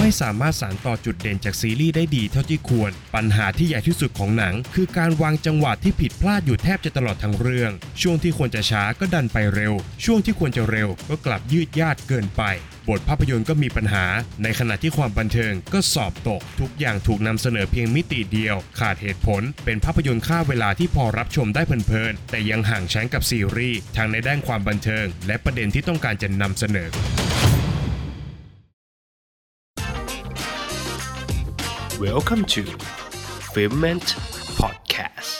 สามารถสานต่อจุดเด่นจากซีรีส์ได้ดีเท่าที่ควรปัญหาที่ใหญ่ที่สุดของหนังคือการวางจังหวะที่ผิดพลาดอยู่แทบจะตลอดทั้งเรื่องช่วงที่ควรจะช้าก็ดันไปเร็วช่วงที่ควรจะเร็วก็กลับยืดยาดเกินไปบทภาพยนตร์ก็มีปัญหาในขณะที่ความบันเทิงก็สอบตกทุกอย่างถูกนำเสนอเพียงมิติเดียวขาดเหตุผลเป็นภาพยนตร์ฆ่าเวลาที่พอรับชมได้เพลินๆแต่ยังห่างชั้นกับซีรีส์ทั้งในด้านความบันเทิงและประเด็นที่ต้องการจะนำเสนอ Welcome to Filmment Podcast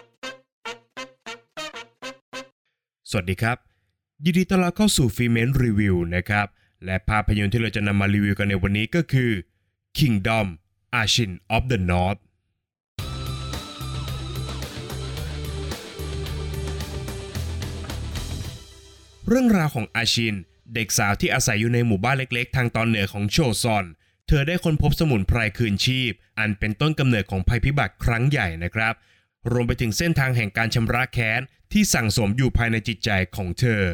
สวัสดีครับยินดีต้อนรับเข้าสู่ Filmment Review นะครับและภาพยนตร์ที่เราจะนำมารีวิวกันในวันนี้ก็คือ Kingdom Ashin of the North เรื่องราวของอาชินเด็กสาวที่อาศัยอยู่ในหมู่บ้านเล็กๆทางตอนเหนือของโชซอนเธอได้ค้นพบสมุนไพรคืนชีพอันเป็นต้นกำเนิดของภัยพิบัติครั้งใหญ่นะครับรวมไปถึงเส้นทางแห่งการชำระแค้นที่สั่งสมอยู่ภายในจิตใจของเธอ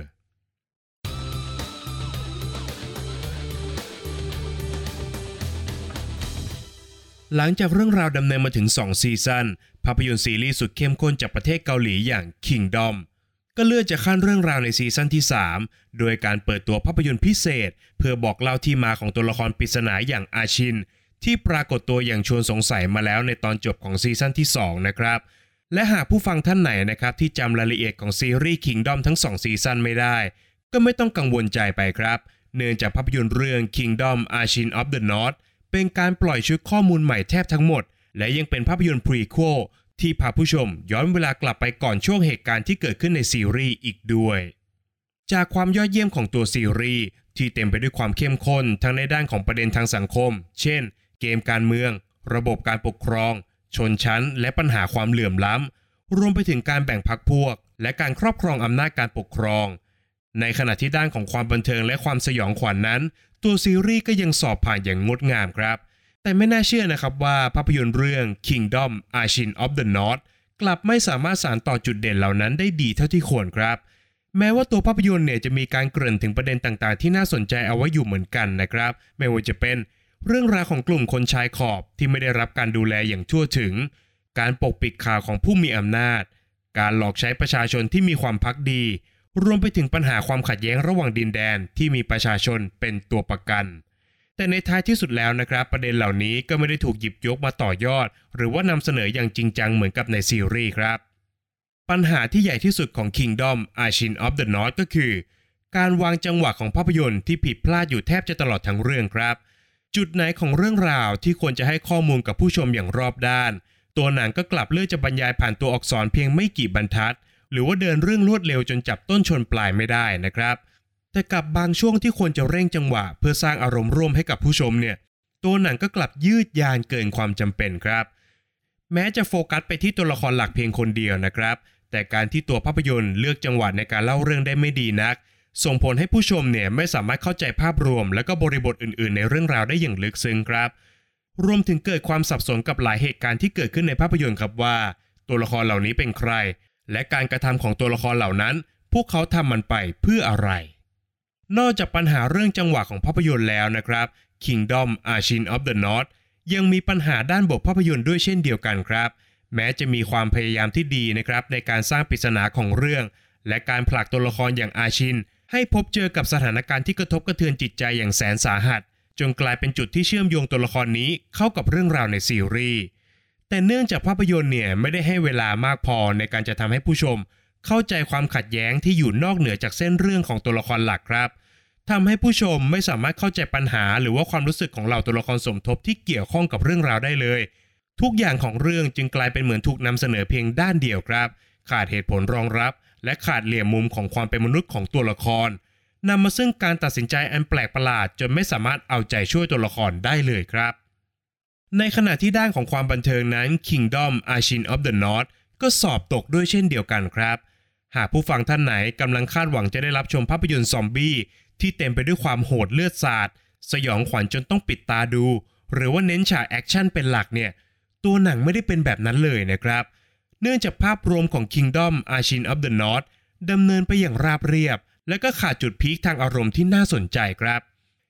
หลังจากเรื่องราวดำเนินมาถึง2ซีซั่นภาพยนตร์ซีรีส์สุดเข้มข้นจากประเทศเกาหลีอย่าง Kingdom ก็เลื่อนจะขั้นเรื่องราวในซีซั่นที่3โดยการเปิดตัวภาพยนตร์พิเศษเพื่อบอกเล่าที่มาของตัวละครปริศนาอย่างอาชินที่ปรากฏตัวอย่างชวนสงสัยมาแล้วในตอนจบของซีซั่นที่2นะครับและหากผู้ฟังท่านไหนนะครับที่จำรายละเอียดของซีรีส์ Kingdom ทั้ง2ซีซั่นไม่ได้ก็ไม่ต้องกังวลใจไปครับเนื่องจากภาพยนตร์เรื่อง Kingdom Ashin of the North เป็นการปล่อยชุดข้อมูลใหม่แทบทั้งหมดและยังเป็นภาพยนตร์ Prequel ที่พาผู้ชมย้อนเวลากลับไปก่อนช่วงเหตุการณ์ที่เกิดขึ้นในซีรีส์อีกด้วยจากความยอดเยี่ยมของตัวซีรีส์ที่เต็มไปด้วยความเข้มข้นทั้งในด้านของประเด็นทางสังคมเช่นเกมการเมืองระบบการปกครองชนชั้นและปัญหาความเหลื่อมล้ำรวมไปถึงการแบ่งพรรคพวกและการครอบครองอำนาจการปกครองในขณะที่ด้านของความบันเทิงและความสยองขวัญ นั้นตัวซีรีส์ก็ยังสอบผ่านอย่างงดงามครับแต่ไม่น่าเชื่อนะครับว่าภาพยนตร์เรื่อง Kingdom Ashin of the North กลับไม่สามารถสานต่อจุดเด่นเหล่านั้นได้ดีเท่าที่ควรครับแม้ว่าตัวภาพยนตร์เนี่ยจะมีการเกริ่นถึงประเด็นต่างๆที่น่าสนใจเอาไว้อยู่เหมือนกันนะครับไม่ว่าจะเป็นเรื่องราวของกลุ่มคนชายขอบที่ไม่ได้รับการดูแลอย่างทั่วถึงการปกปิดข่าวของผู้มีอำนาจการหลอกใช้ประชาชนที่มีความภักดีรวมไปถึงปัญหาความขัดแย้งระหว่างดินแดนที่มีประชาชนเป็นตัวประกันแต่ในท้ายที่สุดแล้วนะครับประเด็นเหล่านี้ก็ไม่ได้ถูกหยิบยกมาต่อยอดหรือว่านำเสนออย่างจริงจังเหมือนกับในซีรีส์ครับปัญหาที่ใหญ่ที่สุดของ Kingdom Ashin of the North ก็คือการวางจังหวะของภาพยนตร์ที่ผิดพลาดอยู่แทบจะตลอดทั้งเรื่องครับจุดไหนของเรื่องราวที่ควรจะให้ข้อมูลกับผู้ชมอย่างรอบด้านตัวหนังก็กลับเลือกจะบรรยายผ่านตัวอักษรเพียงไม่กี่บรรทัดหรือว่าเดินเรื่องรวดเร็วจนจับต้นชนปลายไม่ได้นะครับแต่กับบางช่วงที่ควรจะเร่งจังหวะเพื่อสร้างอารมณ์ร่วมให้กับผู้ชมเนี่ยตัวหนังก็กลับยืดยานเกินความจำเป็นครับแม้จะโฟกัสไปที่ตัวละครหลักเพียงคนเดียวนะครับแต่การที่ตัวภาพยนตร์เลือกจังหวะในการเล่าเรื่องได้ไม่ดีนักส่งผลให้ผู้ชมเนี่ยไม่สามารถเข้าใจภาพรวมและก็บริบทอื่นๆในเรื่องราวได้อย่างลึกซึ้งครับรวมถึงเกิดความสับสนกับหลายเหตุการณ์ที่เกิดขึ้นในภาพยนตร์ครับว่าตัวละครเหล่านี้เป็นใครและการกระทำของตัวละครเหล่านั้นพวกเขาทำมันไปเพื่ออะไรนอกจากปัญหาเรื่องจังหวะของภาพยนตร์แล้วนะครับ Kingdom Ashin of the North ยังมีปัญหาด้านบทภาพยนตร์ด้วยเช่นเดียวกันครับแม้จะมีความพยายามที่ดีนะครับในการสร้างปริศนาของเรื่องและการผลักตัวละครอย่างอาชินให้พบเจอกับสถานการณ์ที่กระทบกระเทือนจิตใจอย่างแสนสาหัสจนกลายเป็นจุดที่เชื่อมโยงตัวละครนี้เข้ากับเรื่องราวในซีรีส์แต่เนื่องจากภาพยนตร์เนี่ยไม่ได้ให้เวลามากพอในการจะทำให้ผู้ชมเข้าใจความขัดแย้งที่อยู่นอกเหนือจากเส้นเรื่องของตัวละครหลักครับทำให้ผู้ชมไม่สามารถเข้าใจปัญหาหรือว่าความรู้สึกของเหล่าตัวละครสมทบที่เกี่ยวข้องกับเรื่องราวได้เลยทุกอย่างของเรื่องจึงกลายเป็นเหมือนถูกนำเสนอเพียงด้านเดียวครับขาดเหตุผลรองรับและขาดเหลี่ยมมุมของความเป็นมนุษย์ของตัวละครนำมาซึ่งการตัดสินใจอันแปลกประหลาดจนไม่สามารถเอาใจช่วยตัวละครได้เลยครับในขณะที่ด้านของความบันเทิงนั้น Kingdom Ashin of the North ก็สอบตกด้วยเช่นเดียวกันครับหากผู้ฟังท่านไหนกำลังคาดหวังจะได้รับชมภาพยนตร์ซอมบี้ที่เต็มไปด้วยความโหดเลือดสาดสยองขวัญจนต้องปิดตาดูหรือว่าเน้นฉากแอคชั่นเป็นหลักเนี่ยตัวหนังไม่ได้เป็นแบบนั้นเลยนะครับเนื่องจากภาพรวมของ Kingdom Ashin of the North ดำเนินไปอย่างราบเรียบและก็ขาดจุดพีคทางอารมณ์ที่น่าสนใจครับ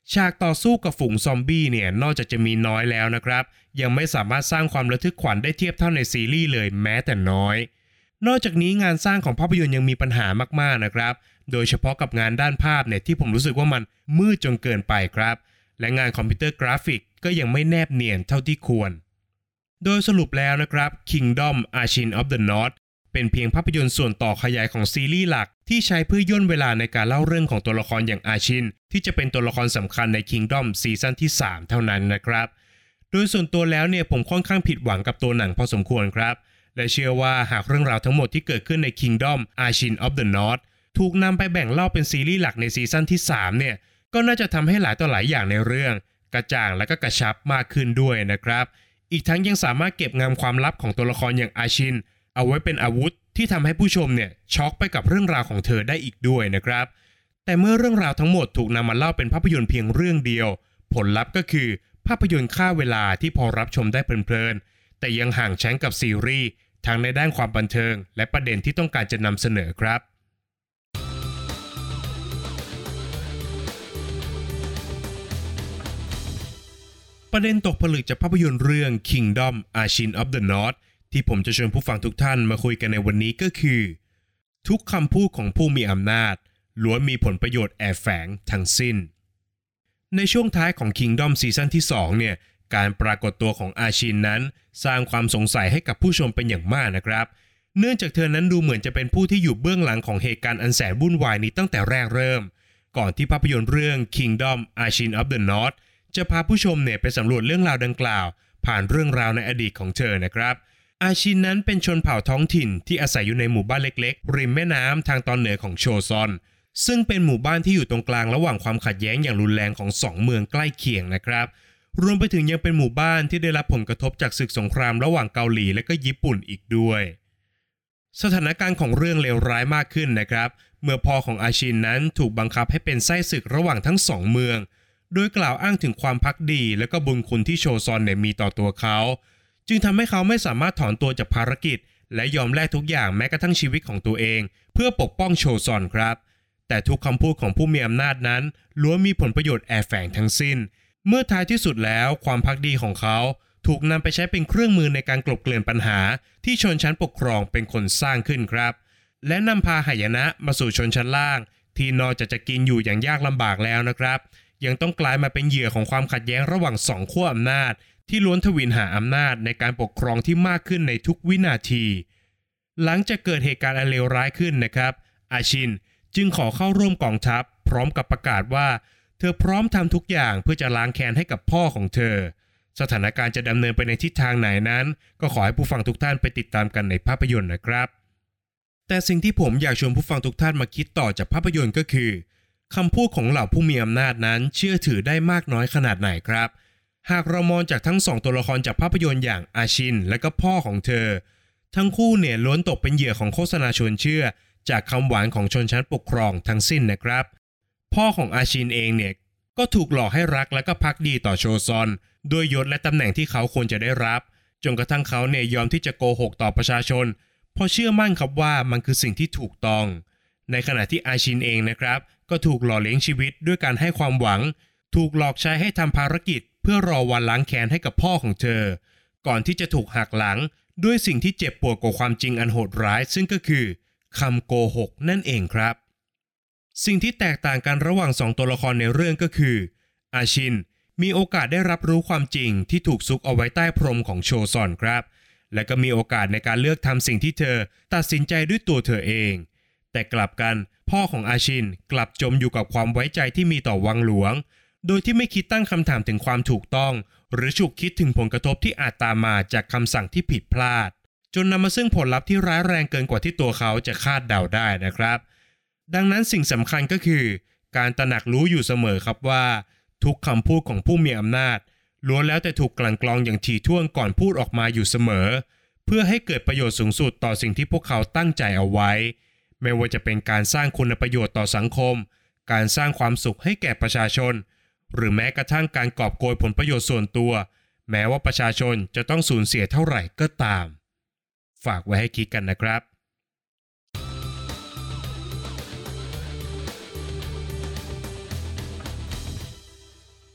ฉากต่อสู้กับฝูงซอมบี้เนี่ยนอกจากจะมีน้อยแล้วนะครับยังไม่สามารถสร้างความระทึกขวัญได้เทียบเท่าในซีรีส์เลยแม้แต่น้อยนอกจากนี้งานสร้างของภาพยนตร์ยังมีปัญหามากๆนะครับโดยเฉพาะกับงานด้านภาพเนี่ยที่ผมรู้สึกว่ามันมืดจนเกินไปครับและงานคอมพิวเตอร์กราฟิกก็ยังไม่แนบเนียนเท่าที่ควรโดยสรุปแล้วนะครับ Kingdom Archon of the North เป็นเพียงภาพยนตร์ส่วนต่อขยายของซีรีส์หลักที่ใช้เพื่อย่นเวลาในการเล่าเรื่องของตัวละครอย่างอาชินที่จะเป็นตัวละครสำคัญใน Kingdom ซีซั่นที่3เท่านั้นนะครับโดยส่วนตัวแล้วเนี่ยผมค่อนข้างผิดหวังกับตัวหนังพอสมควรครับและเชื่อว่าหากเรื่องราวทั้งหมดที่เกิดขึ้นใน Kingdom Archon of the North ถูกนำไปแบ่งเล่าเป็นซีรีส์หลักในซีซั่นที่3เนี่ยก็น่าจะทำให้หลายต่อหลายอย่างในเรื่องกระจ่างและก็กระชับมากขึ้นด้วยนะครับอีกทั้งยังสามารถเก็บงำความลับของตัวละครอย่างอาชินเอาไว้เป็นอาวุธที่ทำให้ผู้ชมเนี่ยช็อกไปกับเรื่องราวของเธอได้อีกด้วยนะครับแต่เมื่อเรื่องราวทั้งหมดถูกนำมาเล่าเป็นภาพยนตร์เพียงเรื่องเดียวผลลัพธ์ก็คือภาพยนตร์ฆ่าเวลาที่พอรับชมได้เพลินๆแต่ยังห่างชั้นกับซีรีส์ทั้งในด้านความบันเทิงและประเด็นที่ต้องการจะนำเสนอครับประเด็นตกผลึกจากภาพยนตร์เรื่อง Kingdom Archon of the North ที่ผมจะชวนผู้ฟังทุกท่านมาคุยกันในวันนี้ก็คือทุกคำพูดของผู้มีอำนาจล้วนมีผลประโยชน์แอบแฝงทั้งสิ้นในช่วงท้ายของ Kingdom ซีซั่นที่2เนี่ยการปรากฏตัวของอาชินนั้นสร้างความสงสัยให้กับผู้ชมเป็นอย่างมากนะครับเนื่องจากเธอนั้นดูเหมือนจะเป็นผู้ที่อยู่เบื้องหลังของเหตุการณ์อันแสนวุ่นวายนี้ตั้งแต่แรกเริ่มก่อนที่ภาพยนตร์เรื่อง Kingdom Archon of the North จะพาผู้ชมเนี่ยไปสำรวจเรื่องราวดังกล่าวผ่านเรื่องราวในอดีตของเธอนะครับอาชินนั้นเป็นชนเผ่าท้องถิ่นที่อาศัยอยู่ในหมู่บ้านเล็กๆริมแม่น้ำทางตอนเหนือของโชซอนซึ่งเป็นหมู่บ้านที่อยู่ตรงกลางระหว่างความขัดแย้งอย่างรุนแรงของ2เมืองใกล้เคียงนะครับรวมไปถึงยังเป็นหมู่บ้านที่ได้รับผลกระทบจากศึกสงครามระหว่างเกาหลีและก็ญี่ปุ่นอีกด้วยสถานการณ์ของเรื่องเลวร้ายมากขึ้นนะครับเมื่อพ่อของอาชินนั้นถูกบังคับให้เป็นไส้ศึกระหว่างทั้ง2เมืองโดยกล่าวอ้างถึงความภักดีและก็บุญคุณที่โชซอนเนี่ยมีต่อตัวเขาจึงทำให้เขาไม่สามารถถอนตัวจากภารกิจและยอมแลกทุกอย่างแม้กระทั่งชีวิตของตัวเองเพื่อปกป้องโชซอนครับแต่ทุกคำพูดของผู้มีอำนาจนั้นล้วนมีผลประโยชน์แอบแฝงทั้งสิ้นเมื่อท้ายที่สุดแล้วความภักดีของเขาถูกนำไปใช้เป็นเครื่องมือในการกลบเกลื่อนปัญหาที่ชนชั้นปกครองเป็นคนสร้างขึ้นครับและนำพาหายนะมาสู่ชนชั้นล่างที่นอกจากจะกินอยู่อย่างยากลำบากแล้วนะครับยังต้องกลายมาเป็นเหยื่อของความขัดแย้งระหว่าง2ขั้วอำนาจที่ล้วนทวินหาอำนาจในการปกครองที่มากขึ้นในทุกวินาทีหลังจากเกิดเหตุการณ์อันเลวร้ายขึ้นนะครับอาชินจึงขอเข้าร่วมกองทัพพร้อมกับประกาศว่าเธอพร้อมทำทุกอย่างเพื่อจะล้างแค้นให้กับพ่อของเธอสถานการณ์จะดำเนินไปในทิศทางไหนนั้นก็ขอให้ผู้ฟังทุกท่านไปติดตามกันในภาพยนตร์นะครับแต่สิ่งที่ผมอยากชวนผู้ฟังทุกท่านมาคิดต่อจากภาพยนตร์ก็คือคำพูดของเหล่าผู้มีอำนาจนั้นเชื่อถือได้มากน้อยขนาดไหนครับหากเรามองจากทั้ง2ตัวละครจากภาพยนตร์อย่างอาชินและก็พ่อของเธอทั้งคู่เนี่ยล้วนตกเป็นเหยื่อของโฆษณาชวนเชื่อจากคำหวานของชนชั้นปกครองทั้งสิ้นนะครับพ่อของอาชินเองเนี่ยก็ถูกหลอกให้รักและก็ภักดีต่อโชซอนด้วยยศและตำแหน่งที่เขาควรจะได้รับจนกระทั่งเขาเนี่ยยอมที่จะโกหกต่อประชาชนเพราะเชื่อมั่นครับว่ามันคือสิ่งที่ถูกต้องในขณะที่อาชินเองนะครับก็ถูกหล่อเลี้ยงชีวิตด้วยการให้ความหวังถูกหลอกใช้ให้ทำภารกิจเพื่อรอวันล้างแค้นให้กับพ่อของเธอก่อนที่จะถูกหักหลังด้วยสิ่งที่เจ็บปวดกว่าความจริงอันโหดร้ายซึ่งก็คือคำโกหกนั่นเองครับสิ่งที่แตกต่างกันระหว่าง2ตัวละครในเรื่องก็คืออาชินมีโอกาสได้รับรู้ความจริงที่ถูกซุกเอาไว้ใต้พรมของโชซอนครับและก็มีโอกาสในการเลือกทำสิ่งที่เธอตัดสินใจด้วยตัวเธอเองแต่กลับกันพ่อของอาชินกลับจมอยู่กับความไว้ใจที่มีต่อวังหลวงโดยที่ไม่คิดตั้งคำถามถึงความถูกต้องหรือฉุกคิดถึงผลกระทบที่อาจตามมาจากคำสั่งที่ผิดพลาดจนนำมาซึ่งผลลัพธ์ที่ร้ายแรงเกินกว่าที่ตัวเขาจะคาดเดาได้นะครับดังนั้นสิ่งสำคัญก็คือการตระหนักรู้อยู่เสมอครับว่าทุกคำพูดของผู้มีอำนาจล้วนแล้วแต่ถูกกลั่นกรองอย่างถี่ถ้วนก่อนพูดออกมาอยู่เสมอเพื่อให้เกิดประโยชน์สูงสุดต่อสิ่งที่พวกเขาตั้งใจเอาไว้ไม่ว่าจะเป็นการสร้างคุณประโยชน์ต่อสังคมการสร้างความสุขให้แก่ประชาชนหรือแม้กระทั่งการกอบโกยผลประโยชน์ส่วนตัวแม้ว่าประชาชนจะต้องสูญเสียเท่าไหร่ก็ตามฝากไว้ให้คิดกันนะครับ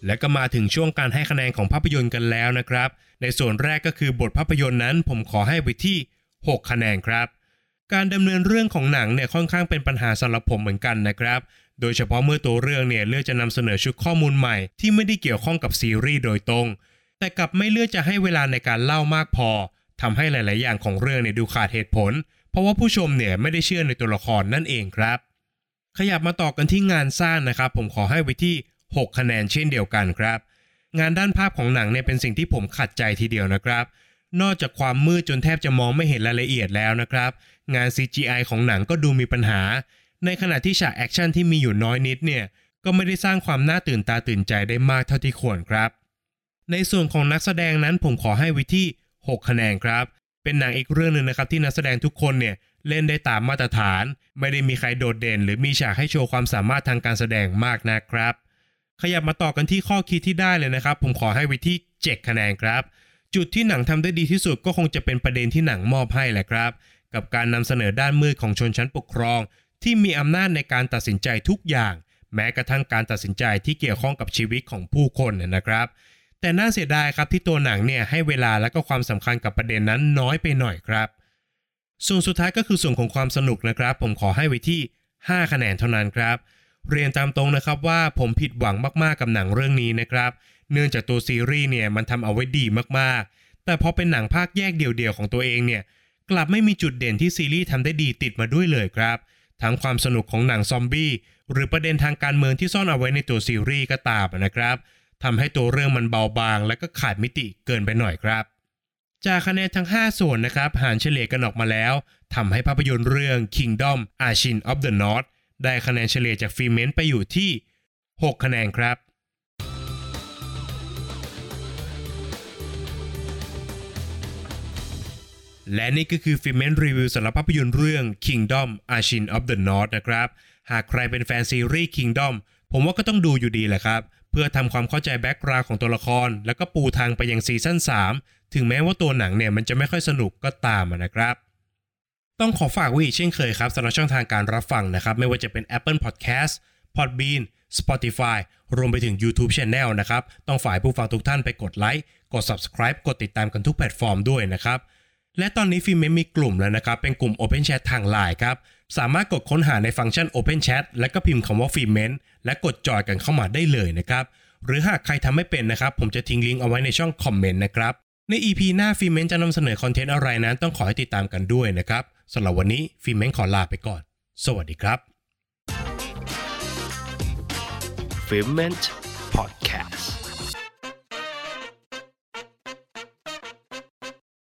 และก็มาถึงช่วงการให้คะแนนของภาพยนตร์กันแล้วนะครับในส่วนแรกก็คือบทภาพยนตร์นั้นผมขอให้ไปที่6คะแนนครับการดำเนินเรื่องของหนังเนี่ยค่อนข้างเป็นปัญหาสำหรับผมเหมือนกันนะครับโดยเฉพาะเมื่อตัวเรื่องเนี่ยเลือกจะนำเสนอชุดข้อมูลใหม่ที่ไม่ได้เกี่ยวข้องกับซีรีส์โดยตรงแต่กลับไม่เลือกจะให้เวลาในการเล่ามากพอทำให้หลายๆอย่างของเรื่องเนี่ยดูขาดเหตุผลเพราะว่าผู้ชมเนี่ยไม่ได้เชื่อในตัวละครนั่นเองครับขยับมาต่อกันที่งานสร้างนะครับผมขอให้ไว้ที่6คะแนนเช่นเดียวกันครับงานด้านภาพของหนังเนี่ยเป็นสิ่งที่ผมขัดใจทีเดียวนะครับนอกจากความมืดจนแทบจะมองไม่เห็นรายละเอียดแล้วนะครับงาน CGI ของหนังก็ดูมีปัญหาในขณะที่ฉากแอคชั่นที่มีอยู่น้อยนิดเนี่ยก็ไม่ได้สร้างความน่าตื่นตาตื่นใจได้มากเท่าที่ควรครับในส่วนของนักแสดงนั้นผมขอให้ไว้ที่6คะแนนครับเป็นหนังอีกเรื่องนึงนะครับที่นักแสดงทุกคนเนี่ยเล่นได้ตามมาตรฐานไม่ได้มีใครโดดเด่นหรือมีฉากให้โชว์ความสามารถทางการแสดงมากนะครับขยับมาต่อกันที่ข้อคิดที่ได้เลยนะครับผมขอให้ไว้ที่7คะแนนครับจุดที่หนังทำได้ดีที่สุดก็คงจะเป็นประเด็นที่หนังมอบให้แหละครับกับการนำเสนอด้านมืดของชนชั้นปกครองที่มีอำนาจในการตัดสินใจทุกอย่างแม้กระทั่งการตัดสินใจที่เกี่ยวข้องกับชีวิตของผู้คนนะครับแต่น่าเสียดายครับที่ตัวหนังเนี่ยให้เวลาและก็ความสำคัญกับประเด็นนั้นน้อยไปหน่อยครับส่วนสุดท้ายก็คือส่วนของความสนุกนะครับผมขอให้ไว้ที่5คะแนนเท่านั้นครับเรียนตามตรงนะครับว่าผมผิดหวังมากๆกับหนังเรื่องนี้นะครับเนื่องจากตัวซีรีส์เนี่ยมันทำเอาไว้ดีมากๆแต่พอเป็นหนังภาคแยกเดี่ยวๆของตัวเองเนี่ยกลับไม่มีจุดเด่นที่ซีรีส์ทำได้ดีติดมาด้วยเลยครับทั้งความสนุกของหนังซอมบี้หรือประเด็นทางการเมืองที่ซ่อนเอาไว้ในตัวซีรีส์ก็ตามนะครับทำให้ตัวเรื่องมันเบาบางและก็ขาดมิติเกินไปหน่อยครับจากคะแนนทั้ง5ส่วนนะครับหารเฉลี่ยกันออกมาแล้วทำให้ภาพยนตร์เรื่อง Kingdom Arching of the North ได้คะแนนเฉลี่ยจากฟิเมนต์ไปอยู่ที่6คะแนนครับและนี่ก็คือฟิเมนต์รีวิวสำหรับภาพยนตร์เรื่อง Kingdom Arching of the North นะครับหากใครเป็นแฟนซีรีส์ Kingdom ผมว่าก็ต้องดูอยู่ดีแหละครับเพื่อทำความเข้าใจแบ็กกราวด์ของตัวละครแล้วก็ปูทางไปยังซีซั่น3ถึงแม้ว่าตัวหนังเนี่ยมันจะไม่ค่อยสนุกก็ตามนะครับต้องขอฝากไว้อีกเช่นเคยครับสำหรับช่องทางการรับฟังนะครับไม่ว่าจะเป็น Apple Podcast Podbean Spotify รวมไปถึง YouTube Channel นะครับต้องฝ่ายผู้ฟังทุกท่านไปกดไลค์กด Subscribe กดติดตามกันทุกแพลตฟอร์มด้วยนะครับและตอนนี้ฟิเมนต์มีกลุ่มแล้วนะครับเป็นกลุ่ม Open Chat ทาง LINE ครับสามารถกดค้นหาในฟังก์ชัน Open Chat และก็พิมพ์คำว่าฟิเมนต์และกดจอยกันเข้ามาได้เลยนะครับหรือหากใครทำไม่เป็นนะครับผมจะทิ้งลิงก์เอาไว้ในช่องคอมเมนต์นะครับใน EP หน้าฟิเมนต์จะนำเสนอคอนเทนต์อะไรนั้นต้องขอให้ติดตามกันด้วยนะครับสำหรับวันนี้ฟิเมนต์ขอลาไปก่อนสวัสดีครับ Filmment